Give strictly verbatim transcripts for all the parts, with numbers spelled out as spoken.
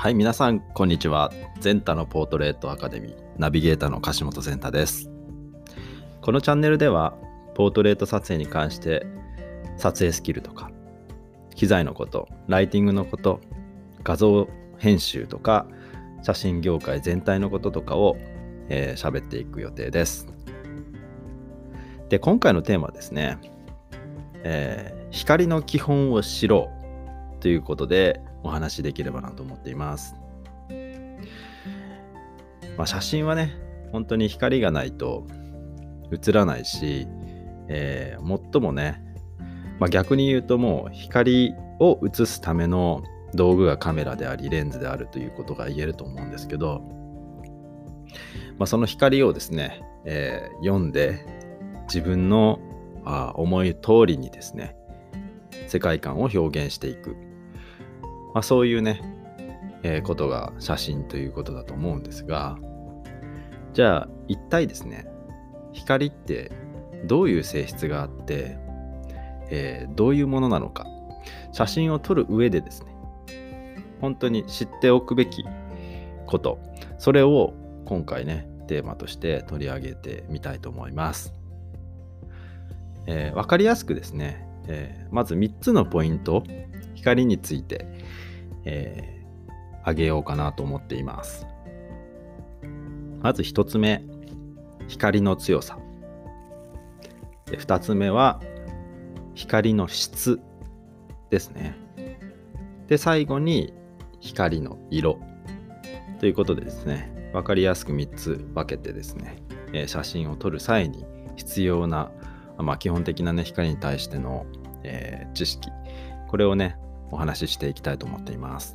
はい、皆さんこんにちは。ゼンタのポートレートアカデミーナビゲーターの樫本ゼンタです。このチャンネルではポートレート撮影に関して撮影スキルとか機材のこと、ライティングのこと、画像編集とか写真業界全体のこととかを喋、えー、っていく予定です。で、今回のテーマはですね、えー、光の基本を知ろうということでお話しできればなと思っています。まあ、写真はね、本当に光がないと映らないし、えー、最もね、まあ、逆に言うともう光を映すための道具がカメラでありレンズであるということが言えると思うんですけど、まあ、その光をですね、えー、読んで自分のあ思い通りにですね世界観を表現していく、まあ、そういうね、えー、ことが写真ということだと思うんですが、じゃあ一体ですね光ってどういう性質があって、えー、どういうものなのか、写真を撮る上でですね本当に知っておくべきこと、それを今回ねテーマとして取り上げてみたいと思います。えー、分かりやすくですね、えー、まずみっつのポイント、光について、えー、挙げようかなと思っています。まずひとつめ、光の強さ。で、ふたつめは光の質ですね。で、最後に光の色ということでですね、分かりやすくみっつ分けてですね、えー、写真を撮る際に必要なまあ、基本的な、ね、光に対しての、えー、知識、これをねお話ししていきたいと思っています。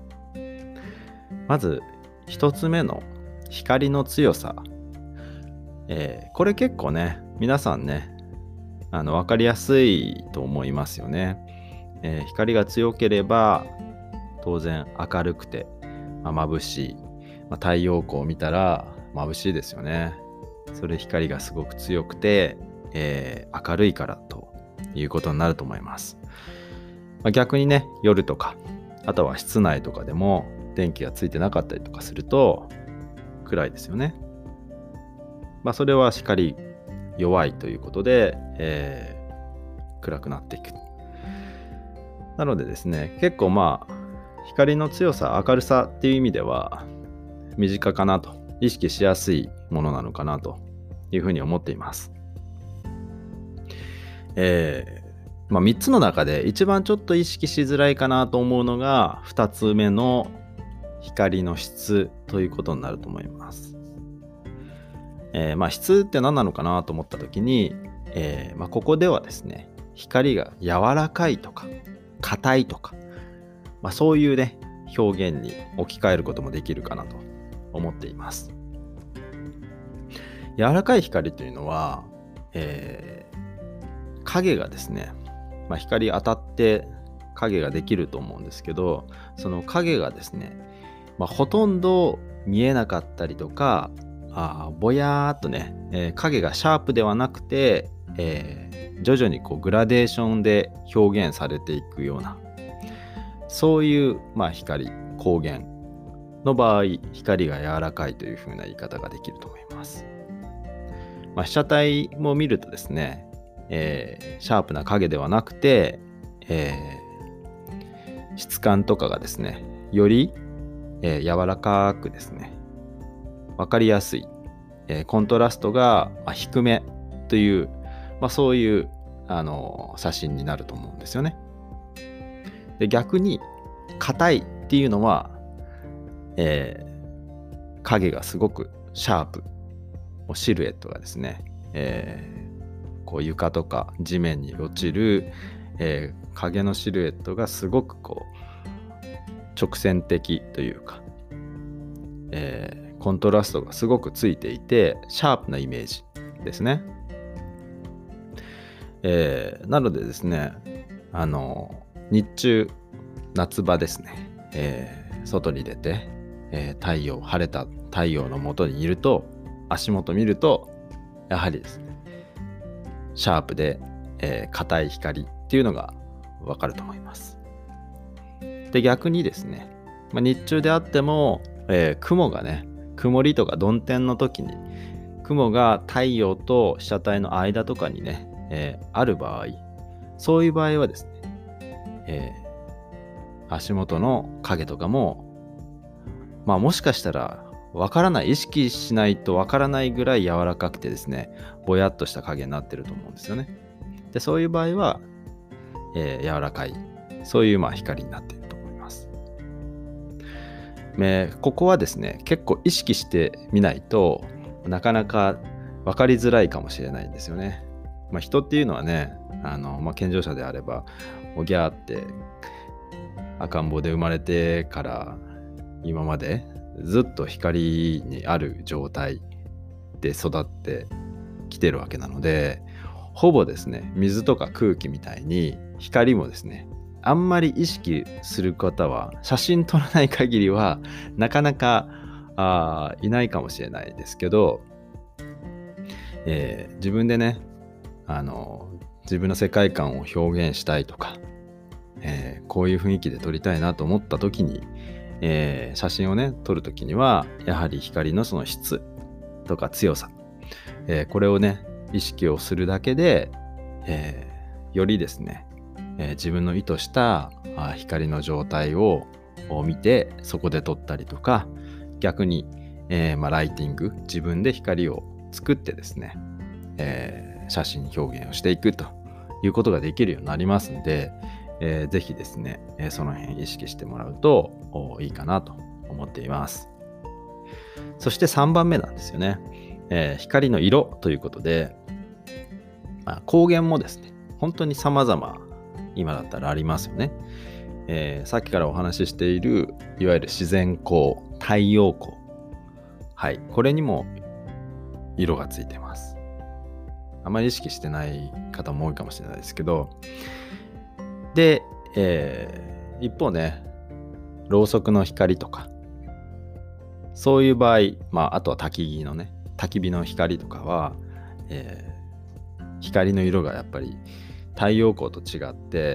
まず一つ目の光の強さ、えー、これ結構ね皆さんねあの分かりやすいと思いますよね。えー、光が強ければ当然明るくて、まあ、眩しい、まあ、太陽光を見たら眩しいですよね。それ光がすごく強くてえー、明るいからということになると思います。まあ、逆にね夜とかあとは室内とかでも電気がついてなかったりとかすると暗いですよね。まあそれは光弱いということで、えー、暗くなっていく。なのでですね結構まあ光の強さ、明るさっていう意味では身近かなと、意識しやすいものなのかなというふうに思っています。えーまあ、みっつの中で一番ちょっと意識しづらいかなと思うのがふたつめの光の質ということになると思います。えー、まあ質って何なのかなと思った時に、えーまあ、ここではですね光が柔らかいとか硬いとか、まあ、そういうね表現に置き換えることもできるかなと思っています。柔らかい光というのは、えー影がですね、まあ、光当たって影ができると思うんですけど、その影がですね、まあ、ほとんど見えなかったりとか、あぼやーっとね、えー、影がシャープではなくて、えー、徐々にこうグラデーションで表現されていくような、そういう、まあ、光、光源の場合、光が柔らかいというふうな言い方ができると思います。まあ、被写体も見るとですね、えー、シャープな影ではなくて、えー、質感とかがですねより、えー、柔らかくですね分かりやすい、えー、コントラストが、まあ、低めという、まあ、そういう、あのー、写真になると思うんですよね。で逆に硬いっていうのは、えー、影がすごくシャープ、シルエットがですね、えーこう床とか地面に落ちる、えー、影のシルエットがすごくこう直線的というか、えー、コントラストがすごくついていてシャープなイメージですね。えー、なのでですねあの日中夏場ですね、えー、外に出て、えー、太陽晴れた太陽の下にいると足元見るとやはりですねシャープで、えー、硬い光っていうのがわかると思います。で逆にですね、 まあ、日中であっても、えー雲がね、曇りとか曇天の時に、雲が太陽と被写体の間とかにね、えーある場合、そういう場合はですね、えー足元の影とかも、まあもしかしたらわからない、意識しないとわからないぐらい柔らかくてですね、ぼやっとした影になってると思うんですよね。で、そういう場合は、えー柔らかい、そういうまあ光になっていると思います。えーここはですね、結構意識してみないとなかなか分かりづらいかもしれないんですよね。まあ、人っていうのはね、あの、まあ、健常者であればおぎゃーって赤ん坊で生まれてから今までずっと光にある状態で育ってきてるわけなので、ほぼですね、水とか空気みたいに光もですね、あんまり意識する方は、写真撮らない限りはなかなかあいないかもしれないですけど、えー自分でね、あの自分の世界観を表現したいとか、えーこういう雰囲気で撮りたいなと思った時に、えー写真をね撮る時にはやはり光のその質とか強さ、えーこれをね意識をするだけで、えーよりですね、えー自分の意図したあ光の状態をを見てそこで撮ったりとか、逆に、えーまあ、ライティング、自分で光を作ってですね、えー写真表現をしていくということができるようになりますので、えーぜひですね、えーその辺意識してもらうとおいいかなと思っています。そしてさんばんめなんですよね。えー光の色ということで、まあ、光源もですね、本当に様々今だったらありますよね。えーさっきからお話ししているいわゆる自然光、太陽光、はい、これにも色がついています。あまり意識してない方も多いかもしれないですけど、で、えー一方ね、ろうそくの光とか、そういう場合、まあ、あとは焚き木のね、焚き火の光とかは、えー光の色がやっぱり太陽光と違って、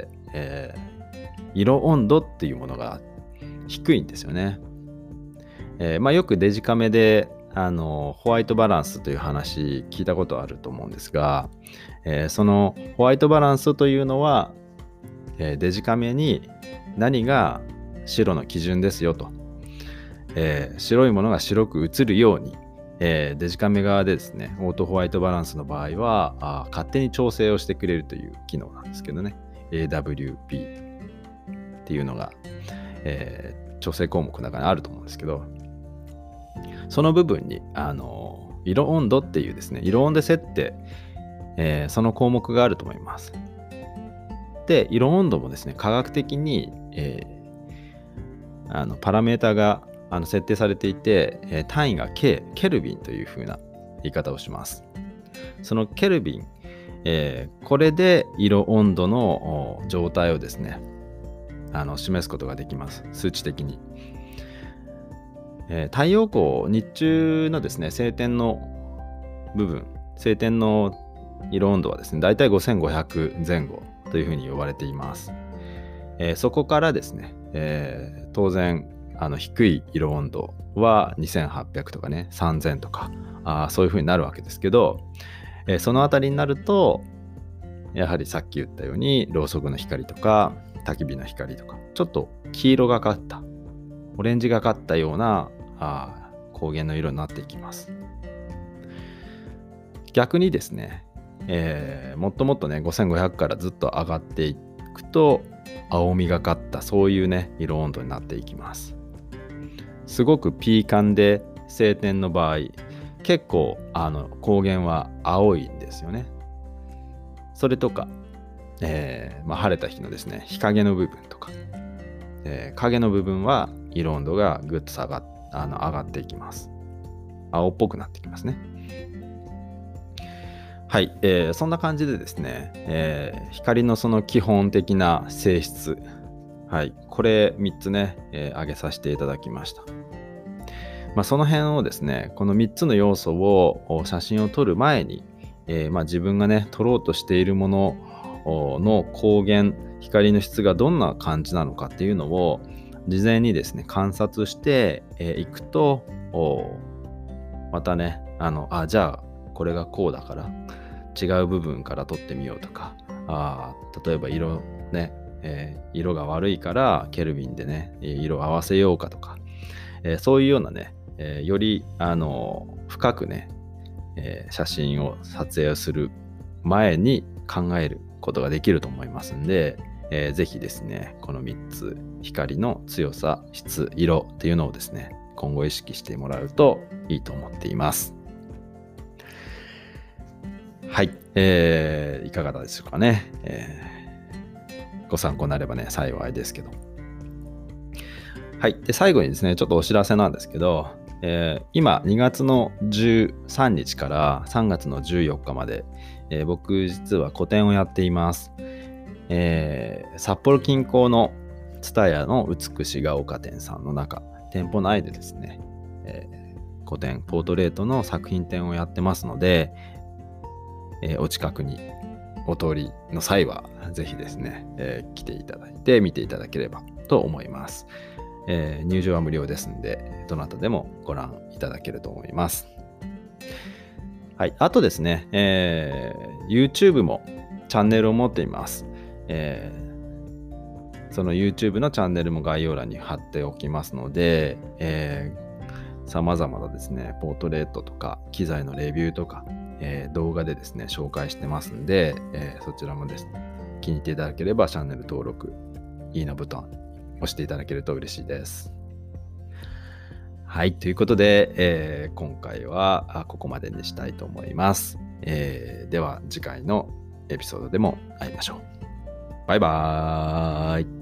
えー色温度っていうものが低いんですよね。えーまあ、よくデジカメであのホワイトバランスという話聞いたことあると思うんですが、えーそのホワイトバランスというのは、えーデジカメに何が白の基準ですよと、えー白いものが白く映るように、えーデジカメ側でですね、オートホワイトバランスの場合はあ勝手に調整をしてくれるという機能なんですけどね、 エーダブリューピー っていうのが、えー調整項目の中にあると思うんですけど、その部分にあの色温度っていうですね、色温で設定、えーその項目があると思います。で、色温度もですね、科学的に、えーあのパラメータがあの設定されていて、えー単位が K、ケルビンという風な言い方をします。そのケルビン、えーこれで色温度のお状態をですね、あの示すことができます。数値的に。えー太陽光、日中のですね、晴天の部分、晴天の色温度はですね、だいたいごせんごひゃくぜん後というふうに呼ばれています。えーそこからですね、えー当然あの低い色温度はにせんはっぴゃくとかね、さんぜんとか、あそういうふうになるわけですけど、えーそのあたりになると、やはりさっき言ったように、ろうそくの光とか、焚き火の光とか、ちょっと黄色がかった、オレンジがかったようなあ光源の色になっていきます。逆にですね、えーもっともっとね、ごせんごひゃくからずっと上がっていくと、青みがかった、そういうね、色温度になっていきます。すごくピーカンで晴天の場合、結構あの光源は青いんですよね。それとか、えーまあ、晴れた日のですね、日陰の部分とか、えー影の部分は色温度がぐっと下がっあの上がっていきます。青っぽくなってきますね。はい、えーそんな感じでですね、えー光のその基本的な性質、はい、これみっつね、えー挙げさせていただきました。まあ、その辺をですね、このみっつの要素を写真を撮る前に、えーまあ、自分がね、撮ろうとしているものの光源、光の質がどんな感じなのかっていうのを事前にですね観察してい、えー、くとまたねあのあじゃあこれがこうだから違う部分から取ってみようとか、あ例えば色ね、えー、色が悪いからケルビンでね色を合わせようかとか、えー、そういうようなね、えー、よりあの深くね、えー、写真を撮影する前に考えることができると思いますんで、えー、ぜひですねこのみっつ、光の強さ、質、色っていうのをですね今後意識してもらうといいと思っています。はい、えー、いかがでしょうかね、えー、ご参考になればね幸いですけど。はい、で最後にですねちょっとお知らせなんですけど、えー、今にがつのじゅうさんにちからさんがつのじゅうよっかまで、えー、僕実は個展をやっています。えー、札幌近郊の蔦屋の美しが丘店さんの中、店舗内でですね、えー、個展ポートレートの作品展をやってますので、えー、お近くにお通りの際はぜひですね、えー、来ていただいて見ていただければと思います。えー、入場は無料ですのでどなたでもご覧いただけると思います。はい、あとですね、えー、YouTube もチャンネルを持っています。えー、その YouTube のチャンネルも概要欄に貼っておきますので、えー、様々なですねポートレートとか機材のレビューとか、えー、動画でですね紹介してますんで、えー、そちらもですね気に入っていただければチャンネル登録、いいねボタン押していただけると嬉しいです。はい、ということで、えー、今回はここまでにしたいと思います。えー、では次回のエピソードでも会いましょう。バイバーイ。